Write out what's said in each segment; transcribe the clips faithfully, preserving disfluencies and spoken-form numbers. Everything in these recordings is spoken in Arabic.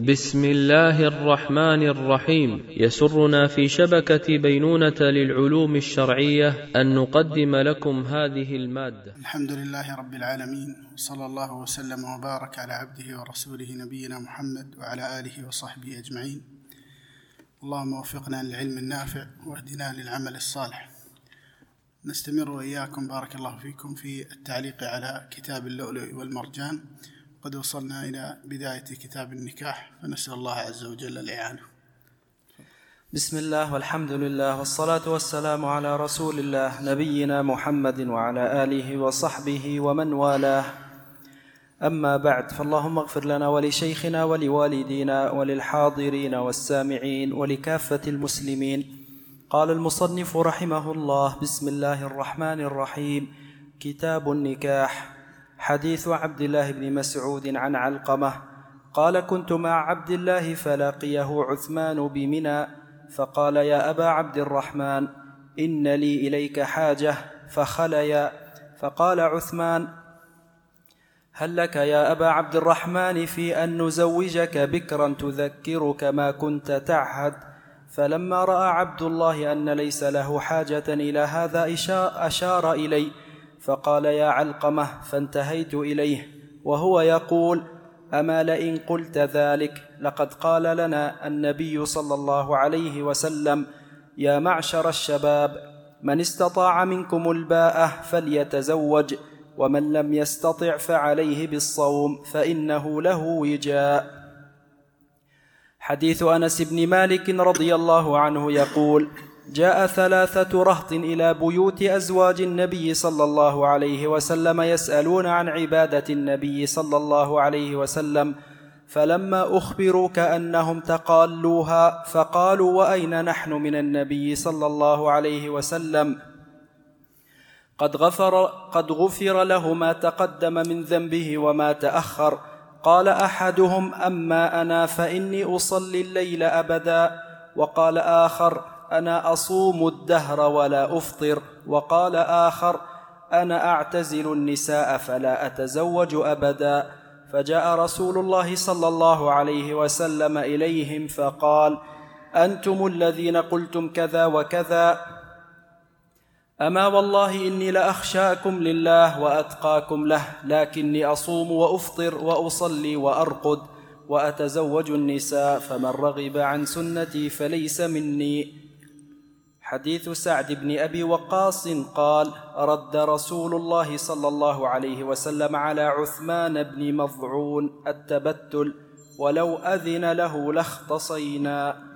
بسم الله الرحمن الرحيم. يسرنا في شبكة بينونة للعلوم الشرعية أن نقدم لكم هذه المادة. الحمد لله رب العالمين، صلى الله وسلم وبارك على عبده ورسوله نبينا محمد وعلى آله وصحبه أجمعين. اللهم وفقنا للعلم النافع واهدنا للعمل الصالح. نستمر وإياكم بارك الله فيكم في التعليق على كتاب اللؤلؤ والمرجان. قد وصلنا إلى بداية كتاب النكاح، فنسأل الله عز وجل الإعانة. بسم الله والحمد لله والصلاة والسلام على رسول الله نبينا محمد وعلى آله وصحبه ومن والاه. أما بعد، فاللهم اغفر لنا ولشيخنا ولوالدينا وللحاضرين والسامعين ولكافة المسلمين. قال المصنف رحمه الله: بسم الله الرحمن الرحيم. كتاب النكاح. حديث عبد الله بن مسعود عن علقمة قال: كنت مع عبد الله فلقيه عثمان بمنى فقال: يا أبا عبد الرحمن، إن لي إليك حاجة. فخليا، فقال عثمان: هل لك يا أبا عبد الرحمن في أن نزوجك بكرا تذكرك ما كنت تعهد؟ فلما رأى عبد الله أن ليس له حاجة إلى هذا أشار إلي فقال: يا علقمة، فانتهيت إليه وهو يقول: أما لئن قلت ذلك لقد قال لنا النبي صلى الله عليه وسلم: يا معشر الشباب، من استطاع منكم الباءة فليتزوج، ومن لم يستطع فعليه بالصوم فإنه له وجاء. حديث أنس بن مالك رضي الله عنه يقول: جاء ثلاثة رهط إلى بيوت أزواج النبي صلى الله عليه وسلم يسألون عن عبادة النبي صلى الله عليه وسلم، فلما أخبروا كأنهم تقالوها فقالوا: وأين نحن من النبي صلى الله عليه وسلم؟ قد غفر, قد غفر له ما تقدم من ذنبه وما تأخر. قال أحدهم: أما أنا فإني أصلي الليل أبدا. وقال آخر: أنا أصوم الدهر ولا أفطر. وقال آخر: أنا أعتزل النساء فلا أتزوج أبدا. فجاء رسول الله صلى الله عليه وسلم إليهم فقال: أنتم الذين قلتم كذا وكذا، أما والله إني لأخشاكم لله وأتقاكم له، لكني أصوم وأفطر وأصلي وأرقد وأتزوج النساء، فمن رغب عن سنتي فليس مني. حديث سعد بن أبي وقاص قال: رد رسول الله صلى الله عليه وسلم على عثمان بن مظعون التبتل، ولو أذن له لاختصينا.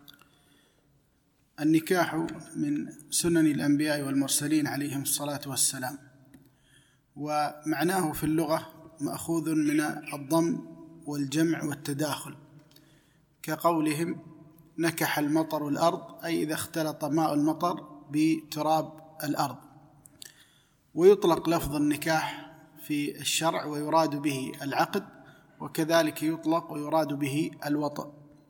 النكاح من سنن الأنبياء والمرسلين عليهم الصلاة والسلام، ومعناه في اللغة مأخوذ من الضم والجمع والتداخل، كقولهم: نكح المطر الأرض، أي إذا اختلط ماء المطر بتراب الأرض. ويطلق لفظ النكاح في الشرع ويراد به العقد، وكذلك يطلق ويراد به الوطء.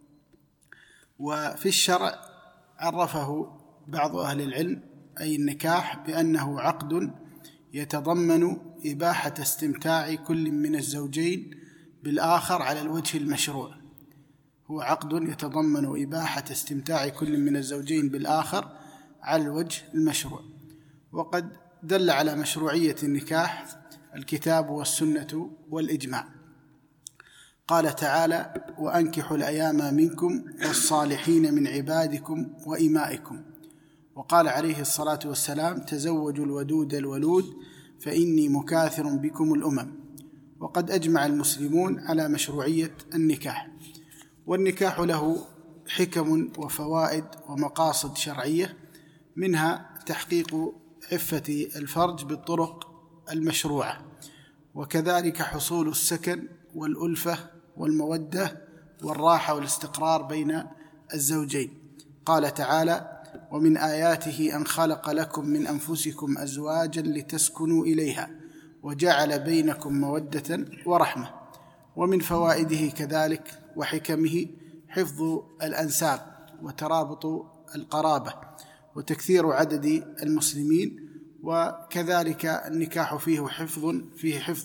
وفي الشرع عرفه بعض أهل العلم أي النكاح بأنه عقد يتضمن إباحة استمتاع كل من الزوجين بالآخر على الوجه المشروع. هو عقد يتضمن إباحة استمتاع كل من الزوجين بالآخر على الوجه المشروع. وقد دل على مشروعية النكاح الكتاب والسنة والإجماع. قال تعالى: وأنكحوا الأيام منكم والصالحين من عبادكم وإمائكم. وقال عليه الصلاة والسلام: تزوجوا الودود الولود فإني مكاثر بكم الأمم. وقد أجمع المسلمون على مشروعية النكاح. والنكاح له حكم وفوائد ومقاصد شرعية، منها تحقيق عفة الفرج بالطرق المشروعة، وكذلك حصول السكن والألفة والمودة والراحة والاستقرار بين الزوجين. قال تعالى: ومن آياته أن خلق لكم من أنفسكم أزواجا لتسكنوا إليها وجعل بينكم مودة ورحمة. ومن فوائده كذلك وحكمه حفظ الأنساب وترابط القرابة وتكثير عدد المسلمين وكذلك النكاح فيه حفظ فيه حفظ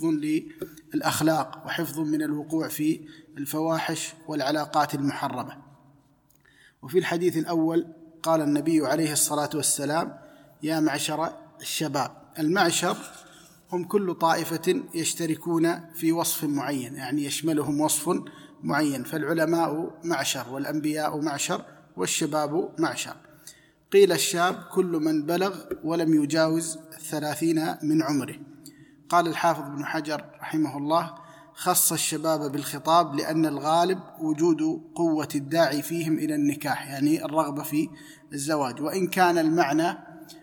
للأخلاق وحفظ من الوقوع في الفواحش والعلاقات المحرمة. وفي الحديث الأول قال النبي عليه الصلاة والسلام: يا معشر الشباب. المعشر هم كل طائفة يشتركون في وصف معين، يعني يشملهم وصف معين، فالعلماء معشر، والأنبياء معشر، والشباب معشر. قيل الشاب كل من بلغ ولم يجاوز الثلاثين من عمره. قال الحافظ بن حجر رحمه الله: خص الشباب بالخطاب لأن الغالب وجود قوة الداعي فيهم إلى النكاح، يعني الرغبة في الزواج، وإن كان المعنى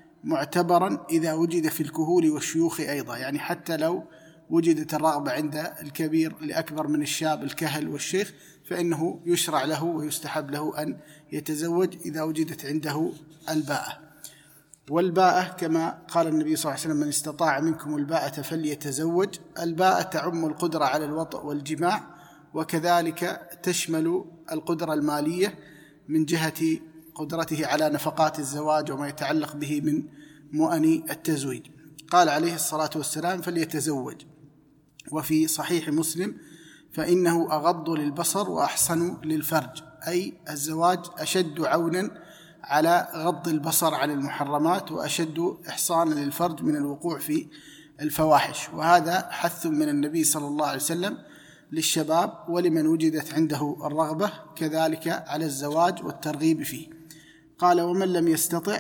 معتبرا إذا وجد في الكهول والشيوخ أيضا، يعني حتى لو وجدت الرغبة عند الكبير لأكبر من الشاب الكهل والشيخ فإنه يشرع له ويستحب له أن يتزوج إذا وجدت عنده الباءة. والباءة كما قال النبي صلى الله عليه وسلم: من استطاع منكم الباءة فليتزوج. الباءة تعم القدرة على الوطء والجماع، وكذلك تشمل القدرة المالية من جهة قدرته على نفقات الزواج وما يتعلق به من مؤن التزويج. قال عليه الصلاة والسلام: فليتزوج. وفي صحيح مسلم: فإنه أغض للبصر وأحسن للفرج، أي الزواج أشد عونا على غض البصر عن المحرمات وأشد إحصانا للفرج من الوقوع في الفواحش. وهذا حث من النبي صلى الله عليه وسلم للشباب ولمن وجدت عنده الرغبة كذلك على الزواج والترغيب فيه. قال: ومن لم يستطع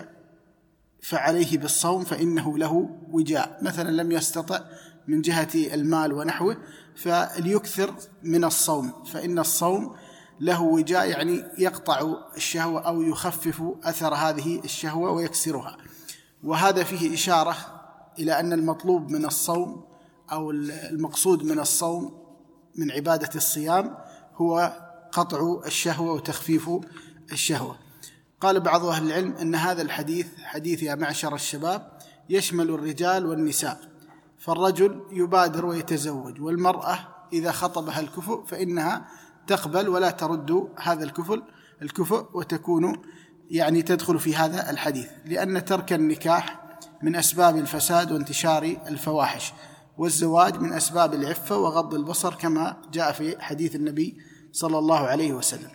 فعليه بالصوم فإنه له وجاء. مثلا لم يستطع من جهة المال ونحوه فليكثر من الصوم، فإن الصوم له وجاء، يعني يقطع الشهوة أو يخفف أثر هذه الشهوة ويكسرها. وهذا فيه إشارة إلى أن المطلوب من الصوم أو المقصود من الصوم من عبادة الصيام هو قطع الشهوة وتخفيف الشهوة. قال بعض أهل العلم أن هذا الحديث حديث يا معشر الشباب يشمل الرجال والنساء، فالرجل يبادر ويتزوج، والمرأة إذا خطبها الكفء فإنها تقبل ولا ترد هذا الكفء الكفء وتكون يعني تدخل في هذا الحديث، لأن ترك النكاح من أسباب الفساد وانتشار الفواحش، والزواج من أسباب العفة وغض البصر كما جاء في حديث النبي صلى الله عليه وسلم.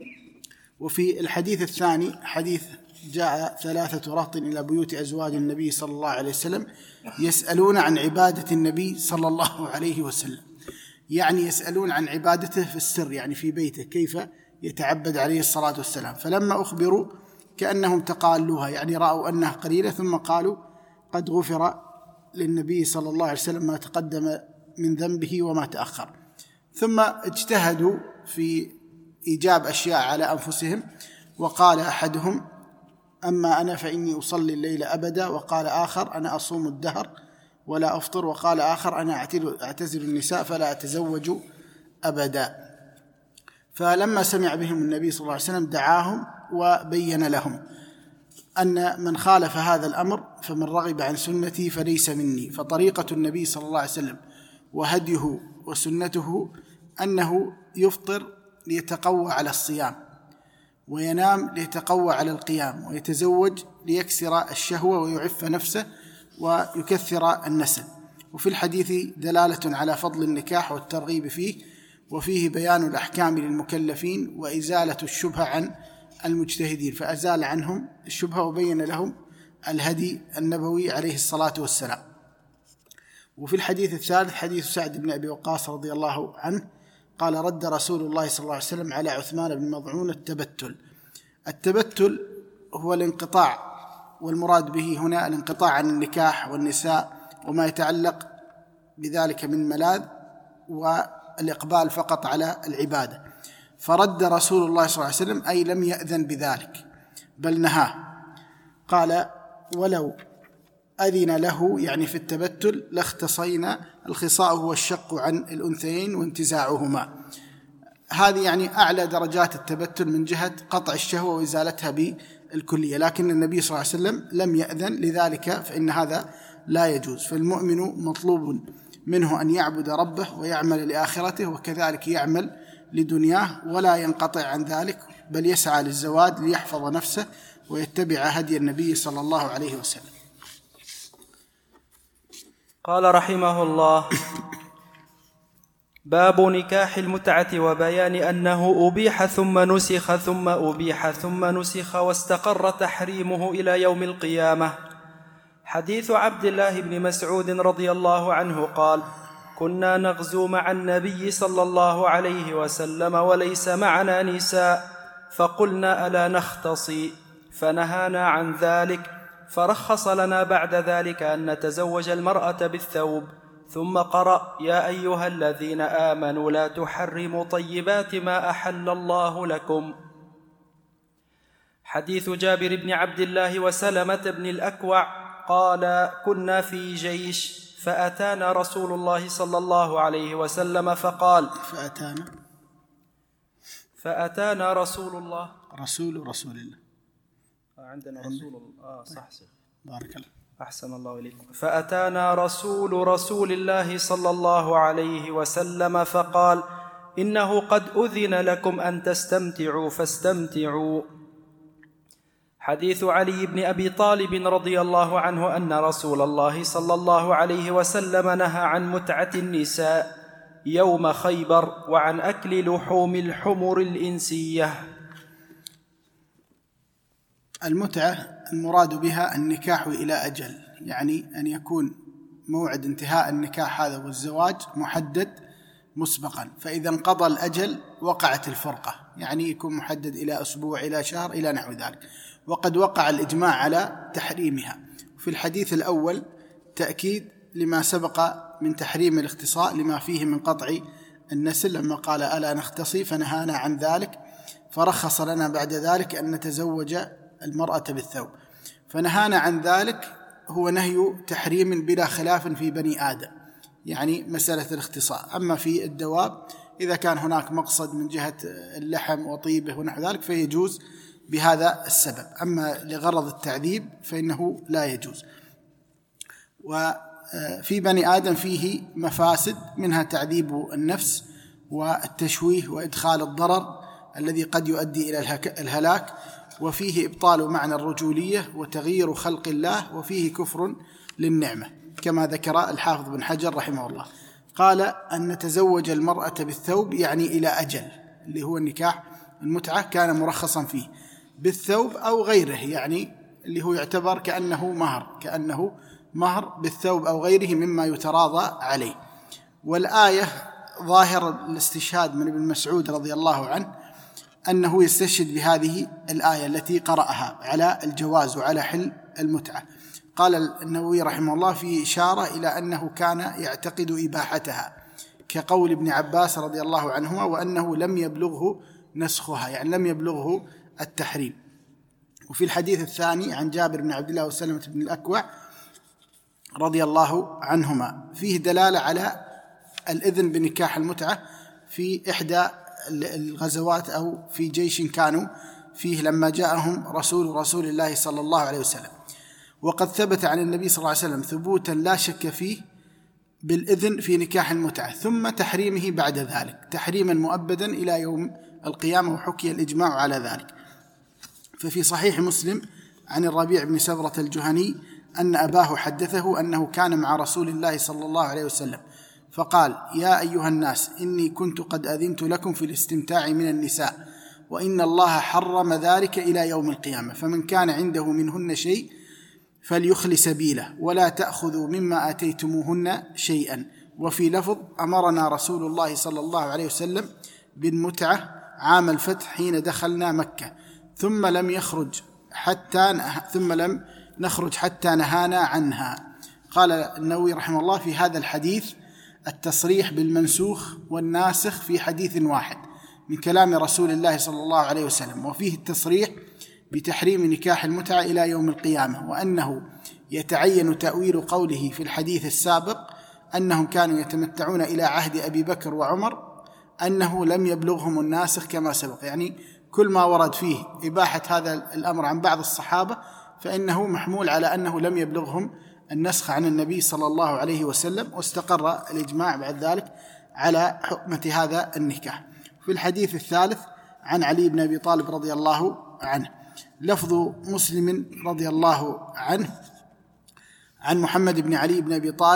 وفي الحديث الثاني حديث جاء ثلاثة رهط إلى بيوت أزواج النبي صلى الله عليه وسلم يسألون عن عبادة النبي صلى الله عليه وسلم، يعني يسألون عن عبادته في السر، يعني في بيته كيف يتعبد عليه الصلاة والسلام. فلما أخبروا كأنهم تقالوها، يعني رأوا أنها قليلة، ثم قالوا قد غفر للنبي صلى الله عليه وسلم ما تقدم من ذنبه وما تأخر. ثم اجتهدوا في إيجاب أشياء على أنفسهم، وقال أحدهم: أما أنا فإني أصلي الليل أبدا، وقال آخر: أنا أصوم الدهر ولا أفطر، وقال آخر: أنا أعتزل النساء فلا أتزوج أبدا. فلما سمع بهم النبي صلى الله عليه وسلم دعاهم وبين لهم أن من خالف هذا الأمر فمن رغب عن سنتي فليس مني. فطريقة النبي صلى الله عليه وسلم وهديه وسنته أنه يفطر ليتقوى على الصيام، وينام ليتقوى على القيام، ويتزوج ليكسر الشهوة ويعف نفسه ويكثر النسل. وفي الحديث دلالة على فضل النكاح والترغيب فيه، وفيه بيان الأحكام للمكلفين وإزالة الشبهة عن المجتهدين، فأزال عنهم الشبهة وبين لهم الهدي النبوي عليه الصلاة والسلام. وفي الحديث الثالث حديث سعد بن أبي وقاص رضي الله عنه قال: رد رسول الله صلى الله عليه وسلم على عثمان بن مظعون التبتل. التبتل هو الانقطاع، والمراد به هنا الانقطاع عن النكاح والنساء وما يتعلق بذلك من ملاذ، والإقبال فقط على العبادة. فرد رسول الله صلى الله عليه وسلم أي لم يأذن بذلك بل نهاه. قال: ولو أذن له يعني في التبتل لاختصينا. الخصاء هو الشق عن الأنثيين وانتزاعهما. هذه يعني أعلى درجات التبتل من جهة قطع الشهوة وإزالتها بالكلية، لكن النبي صلى الله عليه وسلم لم يأذن لذلك، فإن هذا لا يجوز. فالمؤمن مطلوب منه أن يعبد ربه ويعمل لآخرته، وكذلك يعمل لدنياه، ولا ينقطع عن ذلك، بل يسعى للزواج ليحفظ نفسه ويتبع هدي النبي صلى الله عليه وسلم. قال رحمه الله: باب نكاح المتعة وبيان أنه أبيح ثم نسخ ثم أبيح ثم نسخ واستقر تحريمه إلى يوم القيامة. حديث عبد الله بن مسعود رضي الله عنه قال: كنا نغزو مع النبي صلى الله عليه وسلم وليس معنا نساء، فقلنا ألا نختصي؟ فنهانا عن ذلك، فرخص لنا بعد ذلك أن نتزوج المرأة بالثوب، ثم قرأ: يا أيها الذين آمنوا لا تحرموا طيبات ما أحل الله لكم. حديث جابر بن عبد الله وسلمة بن الأكوع قال: كنا في جيش فأتانا رسول الله صلى الله عليه وسلم فقال فأتانا فأتانا رسول الله رسول رسول الله عندنا رسول الله آه صح صح بارك الله أحسن الله إليكم. فأتانا رسول رسول الله صلى الله عليه وسلم فقال: إنه قد أذن لكم أن تستمتعوا فاستمتعوا. حديث علي بن أبي طالب رضي الله عنه أن رسول الله صلى الله عليه وسلم نهى عن متعة النساء يوم خيبر وعن أكل لحوم الحمر الإنسية. المتعة المراد بها النكاح إلى أجل، يعني أن يكون موعد انتهاء النكاح هذا والزواج محدد مسبقا، فإذا انقضى الأجل وقعت الفرقة، يعني يكون محدد إلى أسبوع إلى شهر إلى نحو ذلك، وقد وقع الإجماع على تحريمها. في الحديث الأول تأكيد لما سبق من تحريم الاختصاء لما فيه من قطع النسل، لما قال ألا نختصي فنهانا عن ذلك، فرخص لنا بعد ذلك أن نتزوج المرأة بالثوب. فنهانا عن ذلك هو نهي تحريم بلا خلاف في بني آدم، يعني مسألة الاختصاء. أما في الدواب إذا كان هناك مقصد من جهة اللحم وطيبه ونحو ذلك فيجوز بهذا السبب، أما لغرض التعذيب فإنه لا يجوز. وفي بني آدم فيه مفاسد، منها تعذيب النفس والتشويه وإدخال الضرر الذي قد يؤدي إلى الهلاك، وفيه إبطال معنى الرجولية وتغيير خلق الله، وفيه كفر للنعمة كما ذكر الحافظ بن حجر رحمه الله. قال أن نتزوج المرأة بالثوب يعني إلى أجل، اللي هو النكاح المتعة كان مرخصا فيه بالثوب أو غيره، يعني اللي هو يعتبر كأنه مهر كأنه مهر بالثوب أو غيره مما يتراضى عليه. والآية ظاهر الاستشهاد من ابن مسعود رضي الله عنه أنه يستشهد بهذه الآية التي قرأها على الجواز وعلى حل المتعة. قال النووي رحمه الله في إشارة إلى أنه كان يعتقد إباحتها كقول ابن عباس رضي الله عنهما، وأنه لم يبلغه نسخها، يعني لم يبلغه التحريم. وفي الحديث الثاني عن جابر بن عبد الله وسلمة بن الأكوع رضي الله عنهما فيه دلالة على الإذن بنكاح المتعة في إحدى الغزوات أو في جيش كانوا فيه لما جاءهم رسول رسول الله صلى الله عليه وسلم. وقد ثبت عن النبي صلى الله عليه وسلم ثبوتا لا شك فيه بالإذن في نكاح المتعة، ثم تحريمه بعد ذلك تحريما مؤبدا إلى يوم القيامة، وحكي الإجماع على ذلك. ففي صحيح مسلم عن الربيع بن سبرة الجهني أن أباه حدثه أنه كان مع رسول الله صلى الله عليه وسلم فقال: يا أيها الناس إني كنت قد أذنت لكم في الاستمتاع من النساء، وإن الله حرم ذلك إلى يوم القيامة، فمن كان عنده منهن شيء فليخل سبيله ولا تأخذوا مما آتيتموهن شيئا. وفي لفظ: أمرنا رسول الله صلى الله عليه وسلم بالمتعة عام الفتح حين دخلنا مكة، ثم لم يخرج حتى ثم لم نخرج حتى نهانا عنها. قال النووي رحمه الله في هذا الحديث التصريح بالمنسوخ والناسخ في حديث واحد من كلام رسول الله صلى الله عليه وسلم، وفيه التصريح بتحريم نكاح المتعة إلى يوم القيامة، وأنه يتعين تأويل قوله في الحديث السابق أنهم كانوا يتمتعون إلى عهد أبي بكر وعمر أنه لم يبلغهم الناسخ كما سبق، يعني كل ما ورد فيه إباحة هذا الأمر عن بعض الصحابة فإنه محمول على أنه لم يبلغهم النسخ عن النبي صلى الله عليه وسلم، واستقر الإجماع بعد ذلك على حكمة هذا النكاح. في الحديث الثالث عن علي بن أبي طالب رضي الله عنه لفظ مسلم رضي الله عنه عن محمد بن علي بن أبي طالب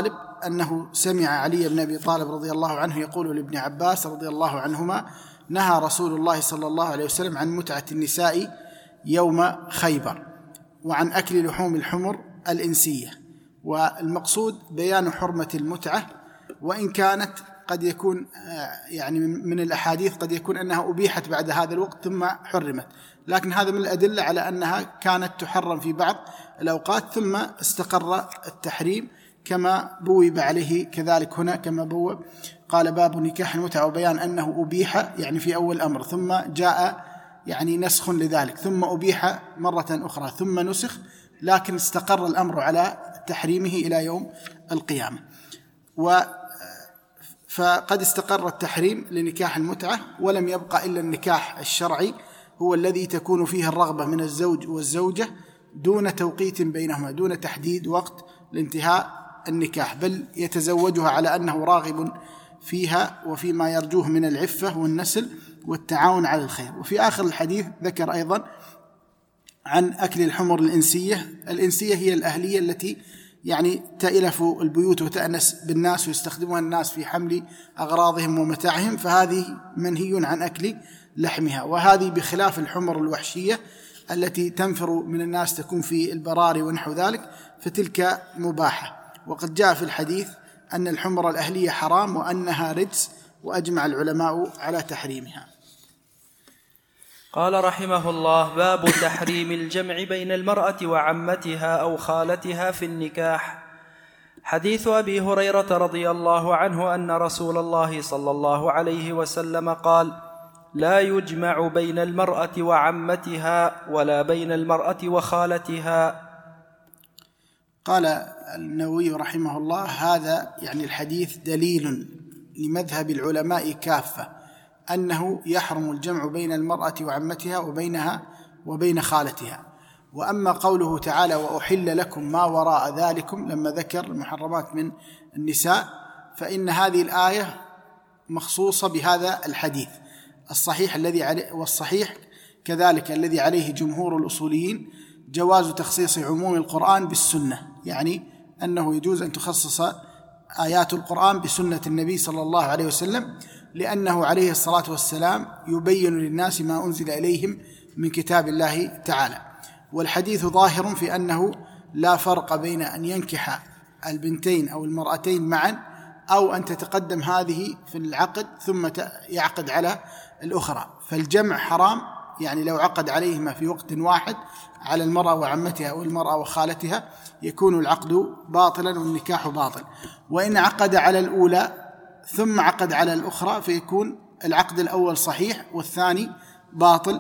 أنه سمع علي بن أبي طالب رضي الله عنه يقول لابن عباس رضي الله عنهما: نهى رسول الله صلى الله عليه وسلم عن متعة النساء يوم خيبر وعن أكل لحوم الحمر الإنسية. والمقصود بيان حرمة المتعة، وإن كانت قد يكون يعني من الأحاديث قد يكون أنها أبيحت بعد هذا الوقت ثم حرمت، لكن هذا من الأدلة على أنها كانت تحرم في بعض الأوقات ثم استقر التحريم كما بوب عليه كذلك هنا، كما بوب قال: باب نكاح المتعة وبيان أنه أبيح يعني في أول الأمر، ثم جاء يعني نسخ لذلك، ثم أبيح مرة أخرى، ثم نسخ، لكن استقر الأمر على تحريمه إلى يوم القيامة. و فقد استقر التحريم لنكاح المتعة، ولم يبقى إلا النكاح الشرعي هو الذي تكون فيه الرغبة من الزوج والزوجة دون توقيت بينهما، دون تحديد وقت لانتهاء النكاح، بل يتزوجها على أنه راغب فيها وفيما يرجوه من العفة والنسل والتعاون على الخير. وفي آخر الحديث ذكر أيضا عن أكل الحمر الإنسية. الإنسية هي الأهلية التي يعني تألف البيوت وتأنس بالناس ويستخدمها الناس في حمل أغراضهم ومتاعهم، فهذه منهي عن أكل لحمها، وهذه بخلاف الحمر الوحشية التي تنفر من الناس تكون في البراري ونحو ذلك، فتلك مباحة. وقد جاء في الحديث أن الحمر الأهلية حرام وأنها رجس، وأجمع العلماء على تحريمها. قال رحمه الله: باب تحريم الجمع بين المرأة وعمتها أو خالتها في النكاح. حديث أبي هريرة رضي الله عنه أن رسول الله صلى الله عليه وسلم قال: لا يجمع بين المرأة وعمتها ولا بين المرأة وخالتها. قال النووي رحمه الله: هذا يعني الحديث دليل لمذهب العلماء كافة أنه يحرم الجمع بين المرأة وعمتها وبينها وبين خالتها. وأما قوله تعالى: وأحل لكم ما وراء ذلكم، لما ذكر المحرمات من النساء، فإن هذه الآية مخصوصة بهذا الحديث الصحيح الذي عليه، والصحيح كذلك الذي عليه جمهور الأصوليين جواز تخصيص عموم القرآن بالسنة، يعني أنه يجوز أن تخصص آيات القرآن بسنة النبي صلى الله عليه وسلم، لأنه عليه الصلاة والسلام يبين للناس ما أنزل إليهم من كتاب الله تعالى. والحديث ظاهر في أنه لا فرق بين أن ينكح البنتين أو المرأتين معا، أو أن تتقدم هذه في العقد ثم يعقد على الأخرى، فالجمع حرام، يعني لو عقد عليهما في وقت واحد على المرأة وعمتها أو المرأة وخالتها يكون العقد باطلا والنكاح باطل. وإن عقد على الأولى ثم عقد على الأخرى فيكون العقد الأول صحيح والثاني باطل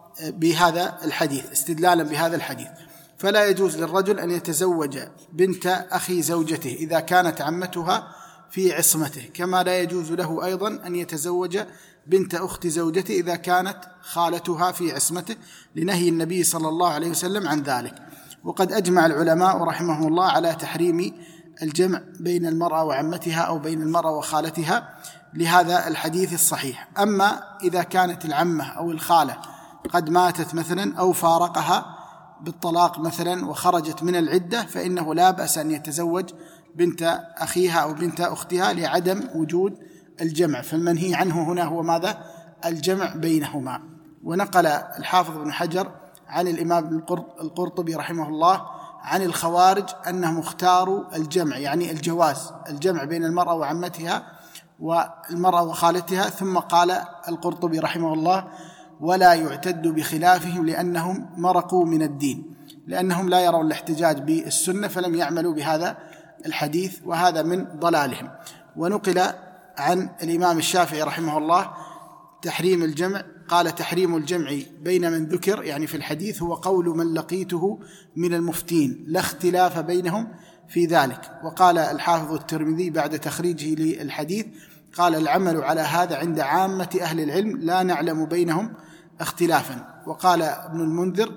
بهذا الحديث، استدلالا بهذا الحديث. فلا يجوز للرجل أن يتزوج بنت أخي زوجته إذا كانت عمتها في عصمته، كما لا يجوز له أيضا أن يتزوج بنت أخت زوجته إذا كانت خالتها في عصمته، لنهي النبي صلى الله عليه وسلم عن ذلك. وقد أجمع العلماء رحمه الله على تحريم الجمع بين المرأة وعمتها أو بين المرأة وخالتها لهذا الحديث الصحيح. أما إذا كانت العمة أو الخالة قد ماتت مثلا أو فارقها بالطلاق مثلا وخرجت من العدة، فإنه لا بأس أن يتزوج بنت أخيها أو بنت أختها لعدم وجود الجمع، فالمنهي عنه هنا هو ماذا؟ الجمع بينهما. ونقل الحافظ بن حجر عن الإمام القرطبي رحمه الله عن الخوارج أنهم اختاروا الجمع، يعني الجواز الجمع بين المرأة وعمتها والمرأة وخالتها. ثم قال القرطبي رحمه الله: ولا يعتد بخلافهم لأنهم مرقوا من الدين، لأنهم لا يرون الاحتجاج بالسنة فلم يعملوا بهذا الحديث، وهذا من ضلالهم. ونقل عن الإمام الشافعي رحمه الله تحريم الجمع، قال: تحريم الجمع بين من ذكر يعني في الحديث هو قول من لقيته من المفتين، لا اختلاف بينهم في ذلك. وقال الحافظ الترمذي بعد تخريجه للحديث قال: العمل على هذا عند عامة أهل العلم لا نعلم بينهم اختلافا. وقال ابن المنذر: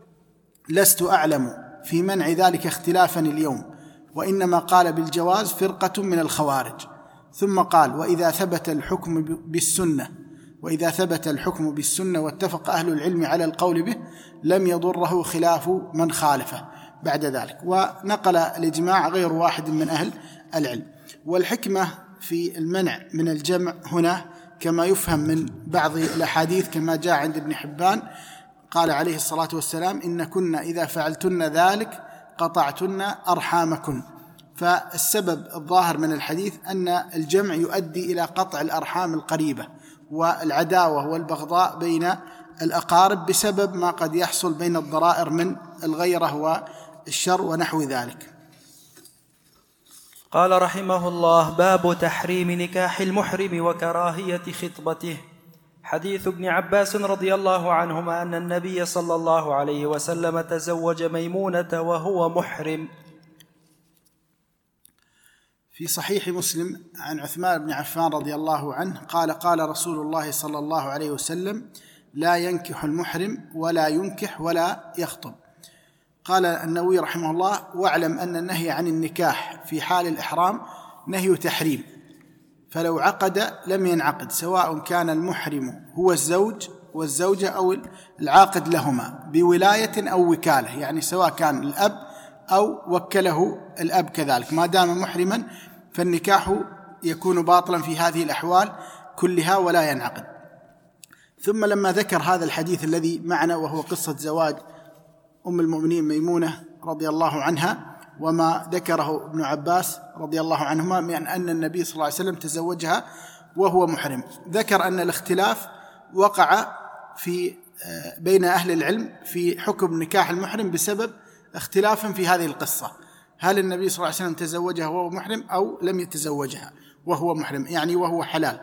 لست أعلم في منع ذلك اختلافا اليوم، وإنما قال بالجواز فرقة من الخوارج. ثم قال: وإذا ثبت الحكم بالسنة وإذا ثبت الحكم بالسنة واتفق أهل العلم على القول به لم يضره خلاف من خالفه بعد ذلك. ونقل الإجماع غير واحد من أهل العلم. والحكمة في المنع من الجمع هنا كما يفهم من بعض الأحاديث كما جاء عند ابن حبان قال عليه الصلاة والسلام: إن كنا إذا فعلتن ذلك قطعتن أرحامكن. فالسبب الظاهر من الحديث أن الجمع يؤدي إلى قطع الأرحام القريبة والعداوة والبغضاء بين الأقارب بسبب ما قد يحصل بين الضرائر من الغيرة والشر ونحو ذلك. قال رحمه الله: باب تحريم نكاح المحرم وكراهية خطبته. حديث ابن عباس رضي الله عنهما أن النبي صلى الله عليه وسلم تزوج ميمونة وهو محرم. في صحيح مسلم عن عثمان بن عفان رضي الله عنه قال: قال رسول الله صلى الله عليه وسلم: لا ينكح المحرم ولا ينكح ولا يخطب. قال النووي رحمه الله: واعلم أن النهي عن النكاح في حال الإحرام نهي تحريم، فلو عقد لم ينعقد، سواء كان المحرم هو الزوج والزوجة أو العاقد لهما بولاية أو وكالة، يعني سواء كان الأب أو وكله الأب كذلك، ما دام محرما فالنكاح يكون باطلا في هذه الأحوال كلها ولا ينعقد. ثم لما ذكر هذا الحديث الذي معنا وهو قصة زواج أم المؤمنين ميمونة رضي الله عنها وما ذكره ابن عباس رضي الله عنهما من أن النبي صلى الله عليه وسلم تزوجها وهو محرم، ذكر أن الاختلاف وقع في بين أهل العلم في حكم نكاح المحرم بسبب اختلاف في هذه القصة، هل النبي صلى الله عليه وسلم تزوجها وهو محرم أو لم يتزوجها وهو محرم، يعني وهو حلال.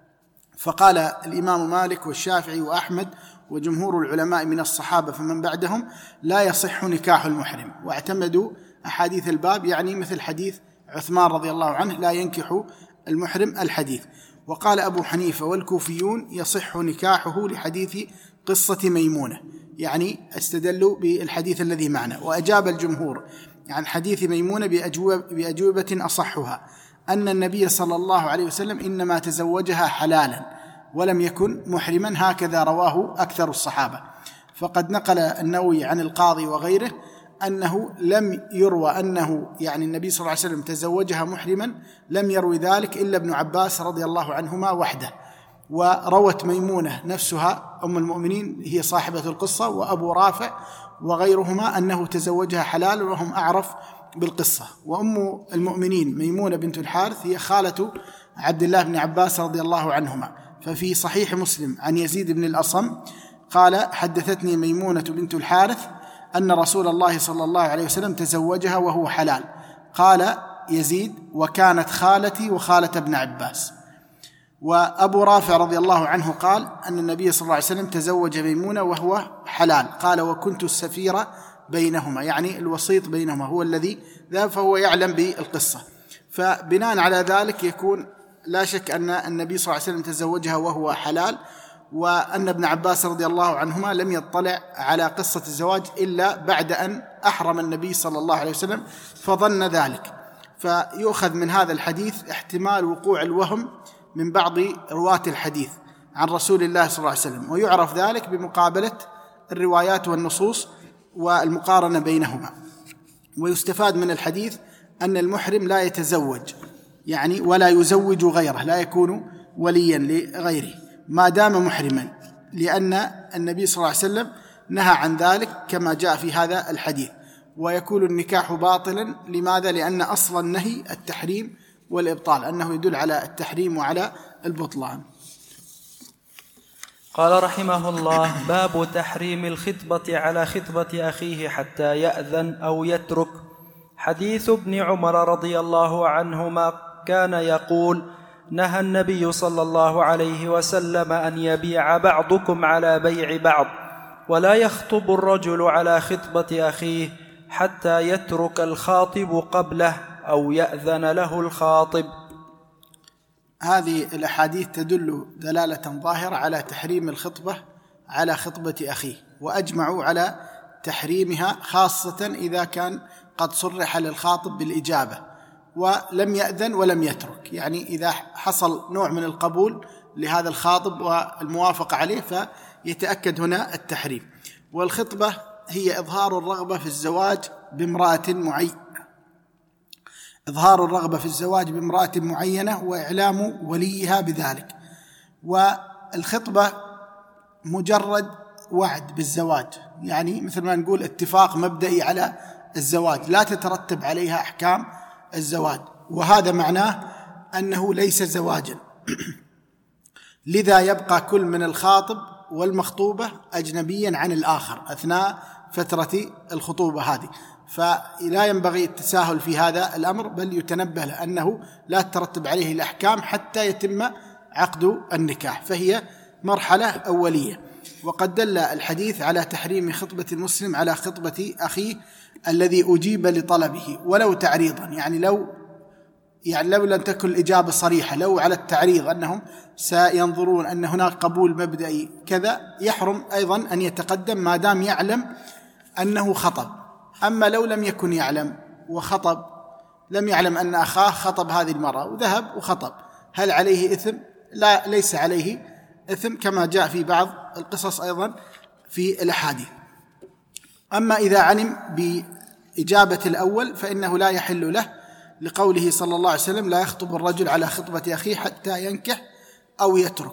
فقال الإمام مالك والشافعي وأحمد وجمهور العلماء من الصحابة فمن بعدهم: لا يصح نكاح المحرم، واعتمدوا أحاديث الباب، يعني مثل حديث عثمان رضي الله عنه: لا ينكح المحرم الحديث. وقال أبو حنيفة والكوفيون: يصح نكاحه لحديث قصة ميمونة، يعني استدلوا بالحديث الذي معنا. وأجاب الجمهور عن حديث ميمونة بأجوبة أصحها أن النبي صلى الله عليه وسلم إنما تزوجها حلالا ولم يكن محرما، هكذا رواه أكثر الصحابة. فقد نقل النووي عن القاضي وغيره أنه لم يروى أنه يعني النبي صلى الله عليه وسلم تزوجها محرما، لم يروي ذلك إلا ابن عباس رضي الله عنهما وحده. وروت ميمونة نفسها أم المؤمنين هي صاحبة القصة وأبو رافع وغيرهما أنه تزوجها حلال وهم أعرف بالقصة. وأم المؤمنين ميمونة بنت الحارث هي خالة عبد الله بن عباس رضي الله عنهما. ففي صحيح مسلم عن يزيد بن الأصم قال: حدثتني ميمونة بنت الحارث أن رسول الله صلى الله عليه وسلم تزوجها وهو حلال. قال يزيد: وكانت خالتي وخالة ابن عباس. وأبو رافع رضي الله عنه قال أن النبي صلى الله عليه وسلم تزوج ميمونة وهو حلال. قال: وكنت السفير بينهما، يعني الوسيط بينهما، هو الذي ذهب فهو يعلم بالقصة. فبناء على ذلك يكون لا شك أن النبي صلى الله عليه وسلم تزوجها وهو حلال، وأن ابن عباس رضي الله عنهما لم يطلع على قصة الزواج إلا بعد أن أحرم النبي صلى الله عليه وسلم فظن ذلك. فيؤخذ من هذا الحديث احتمال وقوع الوهم من بعض رواة الحديث عن رسول الله صلى الله عليه وسلم، ويعرف ذلك بمقابلة الروايات والنصوص والمقارنة بينهما. ويستفاد من الحديث أن المحرم لا يتزوج، يعني ولا يزوج غيره، لا يكون وليا لغيره ما دام محرما، لأن النبي صلى الله عليه وسلم نهى عن ذلك كما جاء في هذا الحديث. ويكون النكاح باطلا، لماذا؟ لأن أصل النهي التحريم والإبطال، أنه يدل على التحريم وعلى البطلان. قال رحمه الله: باب تحريم الخطبة على خطبة أخيه حتى يأذن أو يترك. حديث ابن عمر رضي الله عنهما كان يقول: نهى النبي صلى الله عليه وسلم أن يبيع بعضكم على بيع بعض، ولا يخطب الرجل على خطبة أخيه حتى يترك الخاطب قبله أو يأذن له الخاطب. هذه الأحاديث تدل دلالة ظاهرة على تحريم الخطبة على خطبة أخيه، وأجمعوا على تحريمها خاصة إذا كان قد صرح للخاطب بالإجابة ولم يأذن ولم يترك، يعني إذا حصل نوع من القبول لهذا الخاطب والموافقة عليه فيتأكد هنا التحريم. والخطبة هي إظهار الرغبة في الزواج بامرأة معينة إظهار الرغبة في الزواج بامرأة معينة وإعلام وليها بذلك. والخطبة مجرد وعد بالزواج، يعني مثل ما نقول اتفاق مبدئي على الزواج، لا تترتب عليها أحكام الزواج، وهذا معناه أنه ليس زواجا. لذا يبقى كل من الخاطب والمخطوبة أجنبيا عن الآخر أثناء فترة الخطوبة هذه، فلا ينبغي التساهل في هذا الأمر، بل يتنبه لأنه لا تترتب عليه الأحكام حتى يتم عقد النكاح، فهي مرحلة أولية. وقد دل الحديث على تحريم خطبة المسلم على خطبة أخيه الذي أجيب لطلبه ولو تعريضا، يعني لو يعني لو لم تكن الإجابة صريحة، لو على التعريض أنهم سينظرون أن هناك قبول مبدئي كذا، يحرم أيضا أن يتقدم ما دام يعلم أنه خطب. أما لو لم يكن يعلم وخطب، لم يعلم أن أخاه خطب هذه المرأة وذهب وخطب، هل عليه إثم؟ لا، ليس عليه إثم، كما جاء في بعض القصص أيضا في الأحاديث. أما إذا علم بإجابة الأول فإنه لا يحل له، لقوله صلى الله عليه وسلم: لا يخطب الرجل على خطبة أخيه حتى ينكح أو يترك.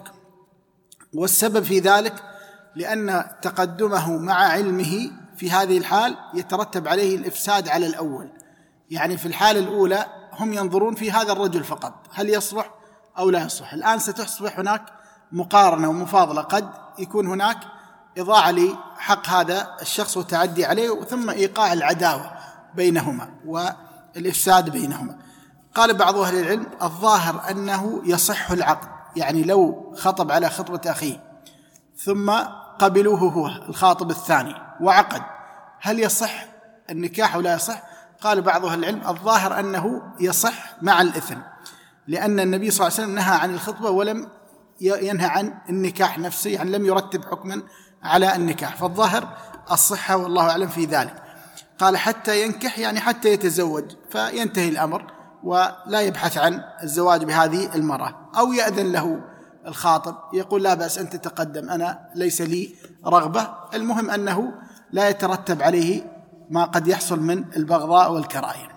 والسبب في ذلك لأن تقدمه مع علمه في هذه الحال يترتب عليه الإفساد على الأول، يعني في الحالة الأولى هم ينظرون في هذا الرجل فقط هل يصلح أو لا يصلح، الآن ستصبح هناك مقارنة ومفاضلة، قد يكون هناك إضاعة لحق هذا الشخص وتعدي عليه، ثم إيقاع العداوة بينهما والإفساد بينهما. قال بعض أهل العلم: الظاهر أنه يصح العقد، يعني لو خطب على خطبة أخيه ثم قبلوه هو الخاطب الثاني وعقد، هل يصح النكاح ولا يصح؟ قال بعض أهل العلم: الظاهر أنه يصح مع الإثم، لأن النبي صلى الله عليه وسلم نهى عن الخطبة ولم ينهى عن النكاح نفسه، يعني لم يرتب حكما على النكاح، فالظاهر الصحة والله أعلم في ذلك. قال حتى ينكح، يعني حتى يتزوج، فينتهي الأمر ولا يبحث عن الزواج بهذه المرأة، أو يأذن له الخاطب يقول: لا بأس أنت تقدم، أنا ليس لي رغبة. المهم أنه لا يترتب عليه ما قد يحصل من البغضاء والكراهية.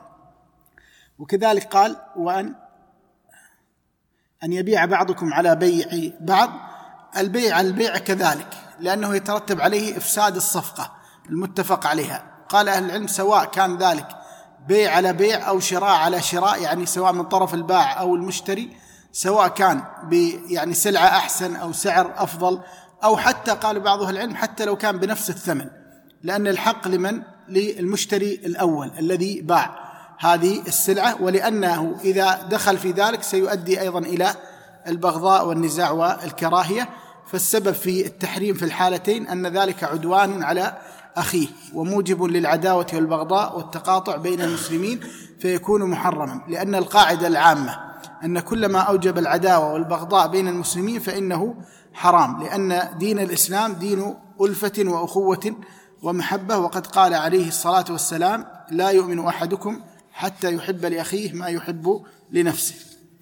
وكذلك قال: وأن أن يبيع بعضكم على بيع بعض، البيع على البيع كذلك، لأنه يترتب عليه إفساد الصفقة المتفق عليها. قال أهل العلم: سواء كان ذلك بيع على بيع أو شراء على شراء، يعني سواء من طرف البائع أو المشتري، سواء كان يعني سلعة أحسن أو سعر أفضل، أو حتى قال بعض أهل العلم حتى لو كان بنفس الثمن، لأن الحق لمن؟ للمشتري الأول الذي باع هذه السلعة، ولأنه إذا دخل في ذلك سيؤدي أيضا إلى البغضاء والنزاع والكراهية. فالسبب في التحريم في الحالتين أن ذلك عدوان على أخيه وموجب للعداوة والبغضاء والتقاطع بين المسلمين، فيكون محرما، لأن القاعدة العامة أن كل ما أوجب العداوة والبغضاء بين المسلمين فإنه حرام، لأن دين الإسلام دين ألفة وأخوة ومحبة. وقد قال عليه الصلاة والسلام: لا يؤمن أحدكم حتى يحب لأخيه ما يحب لنفسه.